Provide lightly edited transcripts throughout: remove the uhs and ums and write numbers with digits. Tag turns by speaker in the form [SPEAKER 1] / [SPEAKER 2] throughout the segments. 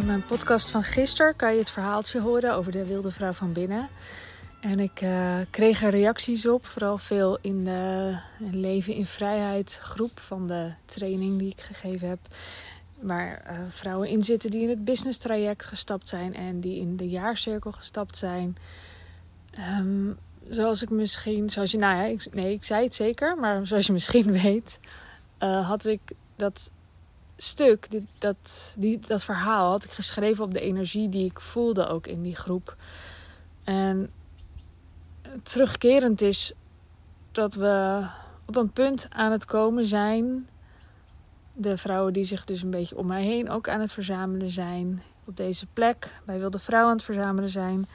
[SPEAKER 1] mijn podcast van gisteren kan je het verhaaltje horen over de wilde vrouw van binnen. En ik kreeg er reacties op, vooral veel in de Leven in Vrijheid groep van de training die ik gegeven heb. Waar vrouwen in zitten die in het business traject gestapt zijn en die in de jaarcirkel gestapt zijn. Ik zei het zeker, maar zoals je misschien weet, had ik dat stuk, dat verhaal had ik geschreven op de energie die ik voelde ook in die groep. En terugkerend is dat we op een punt aan het komen zijn. De vrouwen die zich dus een beetje om mij heen ook aan het verzamelen zijn. Op deze plek bij Wilde Vrouw aan het verzamelen zijn.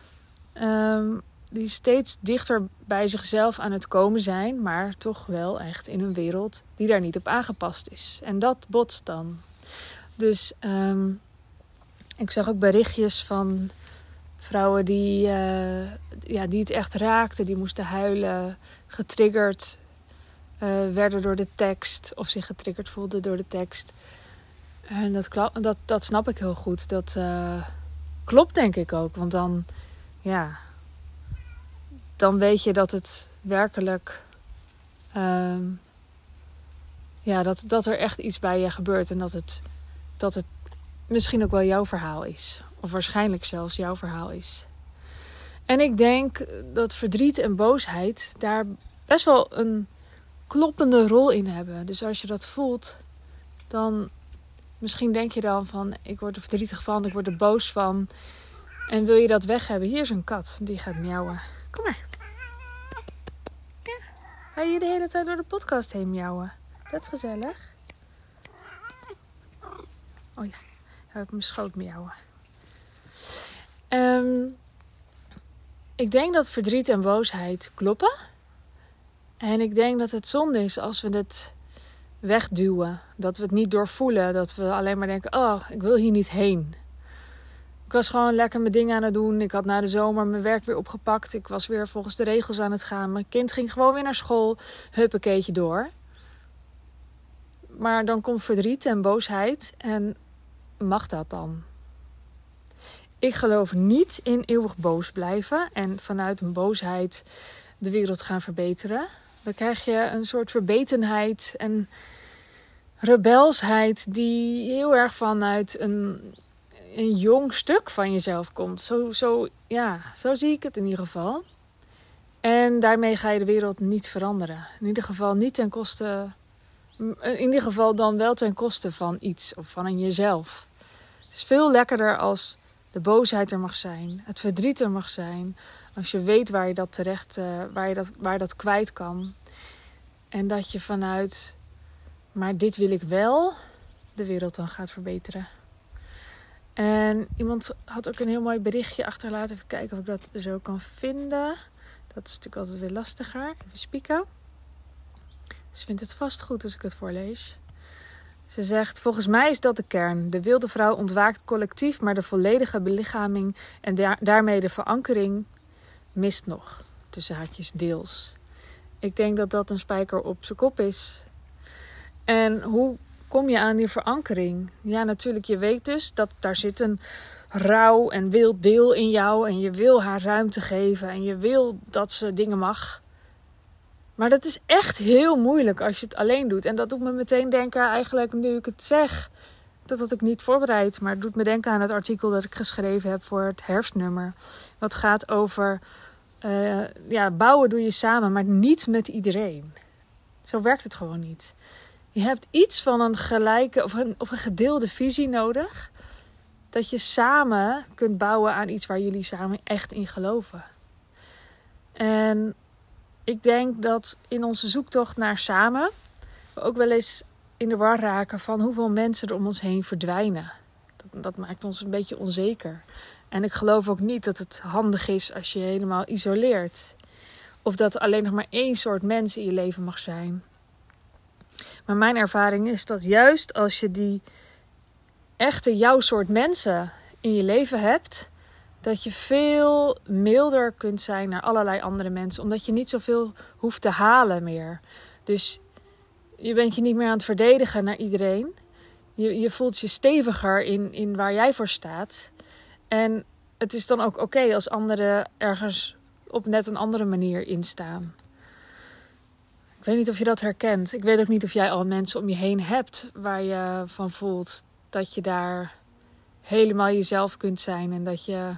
[SPEAKER 1] Die steeds dichter bij zichzelf aan het komen zijn. Maar toch wel echt in een wereld die daar niet op aangepast is. En dat botst dan. Dus ik zag ook berichtjes van vrouwen die het echt raakten. Die moesten huilen, getriggerd werden door de tekst. Of zich getriggerd voelden door de tekst. En dat snap ik heel goed. Dat klopt denk ik ook. Want dan weet je dat het werkelijk dat er echt iets bij je gebeurt. En dat het misschien ook wel jouw verhaal is. Of waarschijnlijk zelfs jouw verhaal is. En ik denk dat verdriet en boosheid daar best wel een kloppende rol in hebben. Dus als je dat voelt, dan misschien denk je dan van, ik word er verdrietig van, ik word er boos van. En wil je dat weg hebben? Hier is een kat, die gaat miauwen. Kom maar. Ja. Ga je de hele tijd door de podcast heen miauwen? Dat is gezellig. Oh ja, hij heeft mijn schoot miauwen. Ik denk dat verdriet en boosheid kloppen. En ik denk dat het zonde is als we het wegduwen. Dat we het niet doorvoelen. Dat we alleen maar denken, oh, ik wil hier niet heen. Ik was gewoon lekker mijn dingen aan het doen. Ik had na de zomer mijn werk weer opgepakt. Ik was weer volgens de regels aan het gaan. Mijn kind ging gewoon weer naar school. Huppakeetje door. Maar dan komt verdriet en boosheid. En mag dat dan? Ik geloof niet in eeuwig boos blijven. En vanuit een boosheid de wereld gaan verbeteren. Dan krijg je een soort verbetenheid en rebelsheid die heel erg vanuit een jong stuk van jezelf komt. Zo zie ik het in ieder geval. En daarmee ga je de wereld niet veranderen. In ieder geval niet ten koste. In ieder geval dan wel ten koste van iets of van jezelf. Het is veel lekkerder als de boosheid er mag zijn, het verdriet er mag zijn. Als je weet waar je dat terecht, waar dat kwijt kan. En dat je vanuit, maar dit wil ik wel, de wereld dan gaat verbeteren. En iemand had ook een heel mooi berichtje achterlaten. Even kijken of ik dat zo kan vinden. Dat is natuurlijk altijd weer lastiger. Even spieken. Ze vindt het vast goed als ik het voorlees. Ze zegt, volgens mij is dat de kern. De wilde vrouw ontwaakt collectief, maar de volledige belichaming en daarmee de verankering mist nog. Tussen haakjes deels. Ik denk dat dat een spijker op zijn kop is. En hoe kom je aan die verankering? Ja, natuurlijk, je weet dus dat daar zit een rauw en wild deel in jou. En je wil haar ruimte geven. En je wil dat ze dingen mag. Maar dat is echt heel moeilijk als je het alleen doet. En dat doet me meteen denken, eigenlijk nu ik het zeg, dat had ik niet voorbereid. Maar het doet me denken aan het artikel dat ik geschreven heb voor het herfstnummer. Wat gaat over, bouwen doe je samen, maar niet met iedereen. Zo werkt het gewoon niet. Je hebt iets van een gelijke of een gedeelde visie nodig. Dat je samen kunt bouwen aan iets waar jullie samen echt in geloven. En ik denk dat in onze zoektocht naar samen we ook wel eens in de war raken van hoeveel mensen er om ons heen verdwijnen. Dat maakt ons een beetje onzeker. En ik geloof ook niet dat het handig is als je helemaal isoleert. Of dat er alleen nog maar één soort mens in je leven mag zijn. Maar mijn ervaring is dat juist als je die echte jouw soort mensen in je leven hebt, dat je veel milder kunt zijn naar allerlei andere mensen. Omdat je niet zoveel hoeft te halen meer. Dus je bent je niet meer aan het verdedigen naar iedereen. Je voelt je steviger in waar jij voor staat. En het is dan ook oké als anderen ergens op net een andere manier instaan. Ik weet niet of je dat herkent. Ik weet ook niet of jij al mensen om je heen hebt waar je van voelt dat je daar helemaal jezelf kunt zijn. En dat je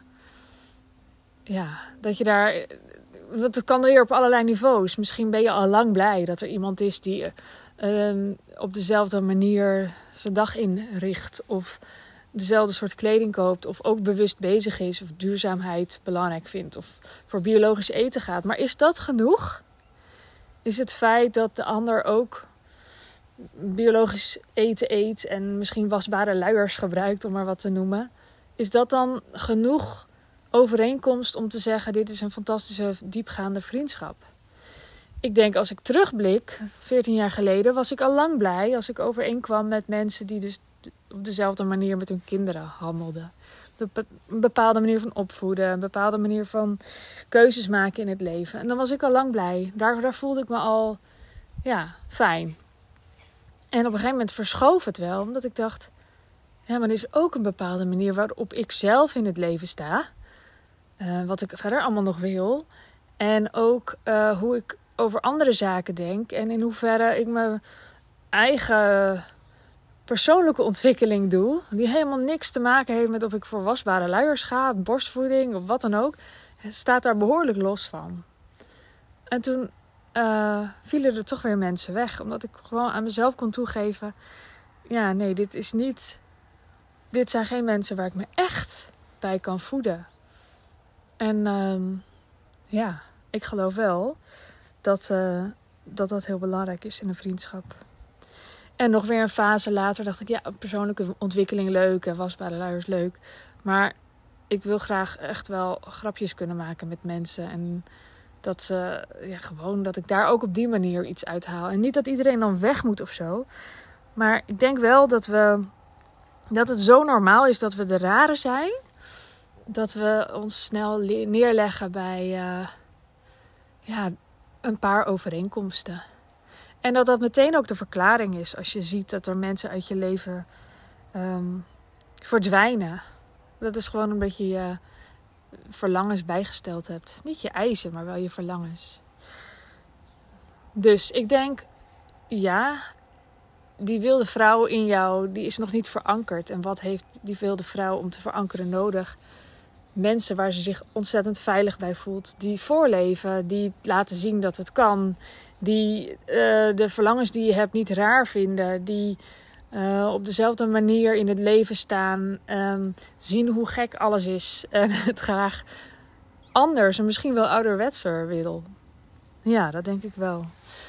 [SPEAKER 1] daar... Want het kan weer op allerlei niveaus. Misschien ben je al lang blij dat er iemand is die op dezelfde manier zijn dag inricht. Of dezelfde soort kleding koopt. Of ook bewust bezig is. Of duurzaamheid belangrijk vindt. Of voor biologisch eten gaat. Maar is dat genoeg? Is het feit dat de ander ook biologisch eten eet. En misschien wasbare luiers gebruikt, om maar wat te noemen. Is dat dan genoeg overeenkomst om te zeggen, dit is een fantastische diepgaande vriendschap? Ik denk, als ik terugblik, 14 jaar geleden, was ik al lang blij als ik overeenkwam met mensen die dus op dezelfde manier met hun kinderen handelden. Een bepaalde manier van opvoeden, een bepaalde manier van keuzes maken in het leven. En dan was ik al lang blij. Daar voelde ik me al fijn. En op een gegeven moment verschoof het wel, omdat ik dacht, maar er is ook een bepaalde manier waarop ik zelf in het leven sta. Wat ik verder allemaal nog wil. En ook hoe ik over andere zaken denk. En in hoeverre ik mijn eigen persoonlijke ontwikkeling doe. Die helemaal niks te maken heeft met of ik voor wasbare luiers ga. Borstvoeding of wat dan ook. Het staat daar behoorlijk los van. En toen vielen er toch weer mensen weg. Omdat ik gewoon aan mezelf kon toegeven. Ja, nee, dit zijn geen mensen waar ik me echt bij kan voeden. En ik geloof wel dat heel belangrijk is in een vriendschap. En nog weer een fase later dacht ik, persoonlijke ontwikkeling leuk en wasbare luiers leuk. Maar ik wil graag echt wel grapjes kunnen maken met mensen. En dat ik daar ook op die manier iets uithaal. En niet dat iedereen dan weg moet of zo. Maar ik denk wel dat het zo normaal is dat we de rare zijn. Dat we ons snel neerleggen bij een paar overeenkomsten. En dat meteen ook de verklaring is als je ziet dat er mensen uit je leven verdwijnen. Dat is gewoon omdat je je verlangens bijgesteld hebt. Niet je eisen, maar wel je verlangens. Dus ik denk, die wilde vrouw in jou, die is nog niet verankerd. En wat heeft die wilde vrouw om te verankeren nodig? Mensen waar ze zich ontzettend veilig bij voelt. Die voorleven, die laten zien dat het kan. Die de verlangens die je hebt niet raar vinden. Die op dezelfde manier in het leven staan. Zien hoe gek alles is. En het graag anders en misschien wel ouderwetser wil. Ja, dat denk ik wel.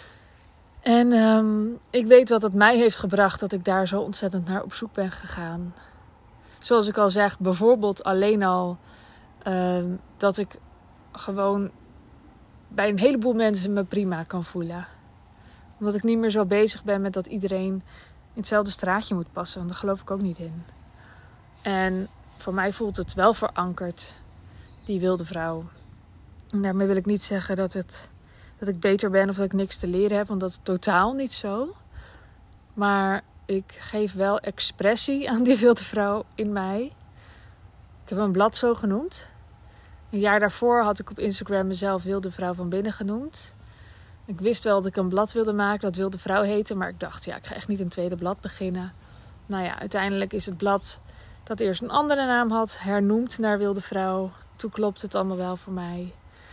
[SPEAKER 1] En ik weet wat het mij heeft gebracht dat ik daar zo ontzettend naar op zoek ben gegaan. Zoals ik al zeg, bijvoorbeeld alleen al dat ik gewoon bij een heleboel mensen me prima kan voelen. Omdat ik niet meer zo bezig ben met dat iedereen in hetzelfde straatje moet passen. Want daar geloof ik ook niet in. En voor mij voelt het wel verankerd, die wilde vrouw. En daarmee wil ik niet zeggen dat ik beter ben of dat ik niks te leren heb. Want dat is totaal niet zo. Maar ik geef wel expressie aan die wilde vrouw in mij. Ik heb een blad zo genoemd. Een jaar daarvoor had ik op Instagram mezelf Wilde Vrouw van Binnen genoemd. Ik wist wel dat ik een blad wilde maken dat Wilde Vrouw heette. Maar ik dacht, ik ga echt niet een tweede blad beginnen. Uiteindelijk is het blad dat eerst een andere naam had, hernoemd naar Wilde Vrouw. Toen klopt het allemaal wel voor mij.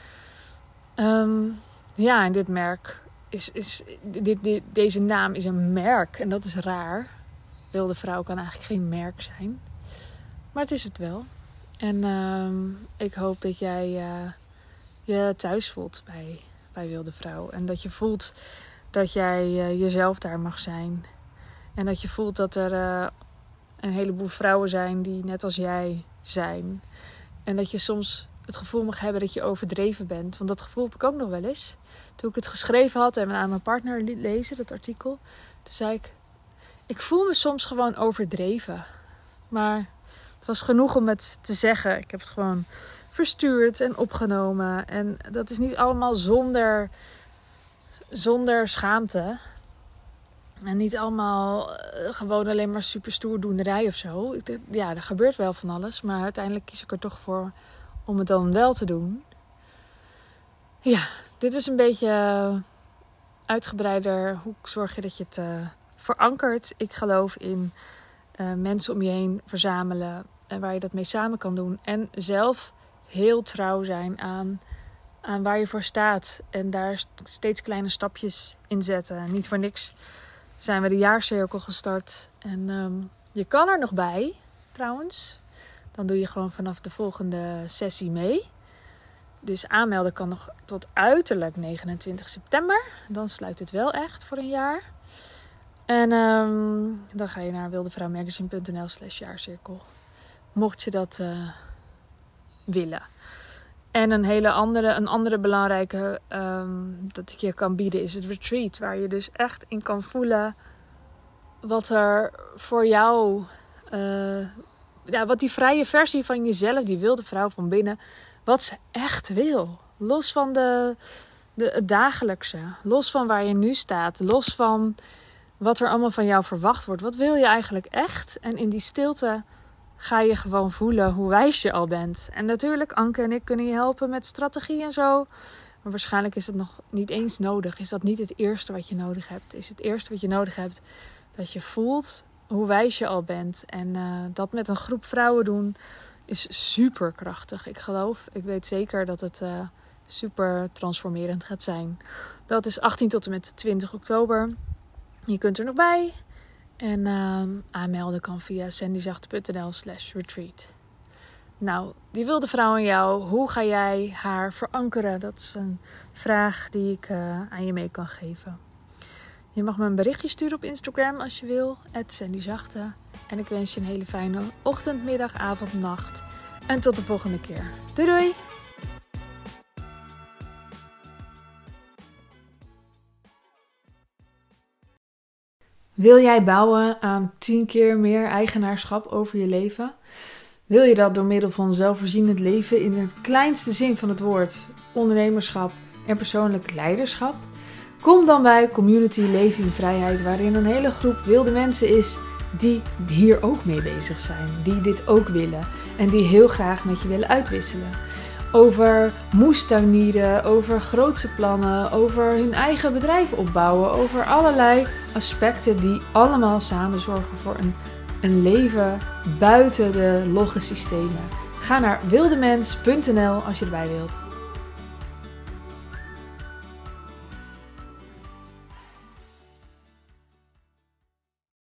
[SPEAKER 1] En dit merk deze naam is een merk. En dat is raar. Wilde Vrouw kan eigenlijk geen merk zijn. Maar het is het wel. En ik hoop dat jij je thuis voelt bij Wilde Vrouw. En dat je voelt dat jij jezelf daar mag zijn. En dat je voelt dat er een heleboel vrouwen zijn die net als jij zijn. En dat je soms het gevoel mag hebben dat je overdreven bent. Want dat gevoel heb ik ook nog wel eens. Toen ik het geschreven had en aan mijn partner liet lezen, dat artikel. Toen zei ik voel me soms gewoon overdreven. Maar het was genoeg om het te zeggen. Ik heb het gewoon verstuurd en opgenomen. En dat is niet allemaal zonder schaamte. En niet allemaal gewoon alleen maar super stoerdoenerij of zo. Ja, er gebeurt wel van alles. Maar uiteindelijk kies ik er toch voor om het dan wel te doen. Ja, dit was een beetje uitgebreider. Hoe zorg je dat je het verankert? Ik geloof in mensen om je heen verzamelen. En waar je dat mee samen kan doen. En zelf heel trouw zijn aan waar je voor staat. En daar steeds kleine stapjes in zetten. Niet voor niks zijn we de jaarcirkel gestart. En je kan er nog bij, trouwens. Dan doe je gewoon vanaf de volgende sessie mee. Dus aanmelden kan nog tot uiterlijk 29 september. Dan sluit het wel echt voor een jaar. En dan ga je naar wildevrouwmagazine.nl/jaarcirkel. Mocht je dat willen. En een andere belangrijke dat ik je kan bieden is het retreat. Waar je dus echt in kan voelen wat er voor jou... wat die vrije versie van jezelf, die wilde vrouw van binnen... wat ze echt wil. Los van het dagelijkse. Los van waar je nu staat. Los van wat er allemaal van jou verwacht wordt. Wat wil je eigenlijk echt? En in die stilte ga je gewoon voelen hoe wijs je al bent. En natuurlijk, Anke en ik kunnen je helpen met strategie en zo. Maar waarschijnlijk is het nog niet eens nodig. Is dat niet het eerste wat je nodig hebt? Is het eerste wat je nodig hebt dat je voelt hoe wijs je al bent. En dat met een groep vrouwen doen is super krachtig. Ik weet zeker dat het super transformerend gaat zijn. Dat is 18 tot en met 20 oktober. Je kunt er nog bij. En aanmelden kan via sandyzachte.nl/retreat. Nou, die wilde vrouw aan jou. Hoe ga jij haar verankeren? Dat is een vraag die ik aan je mee kan geven. Je mag me een berichtje sturen op Instagram als je wil. @sandyzachte. En ik wens je een hele fijne ochtend, middag, avond, nacht. En tot de volgende keer. Doei doei! Wil jij bouwen aan 10 keer meer eigenaarschap over je leven? Wil je dat door middel van zelfvoorzienend leven in het kleinste zin van het woord, ondernemerschap en persoonlijk leiderschap? Kom dan bij Community Leven in Vrijheid, waarin een hele groep wilde mensen is die hier ook mee bezig zijn. Die dit ook willen en die heel graag met je willen uitwisselen. Over moestuinieren, over grootse plannen, over hun eigen bedrijf opbouwen. Over allerlei aspecten die allemaal samen zorgen voor een leven buiten de logge systemen. Ga naar wildemens.nl als je erbij wilt.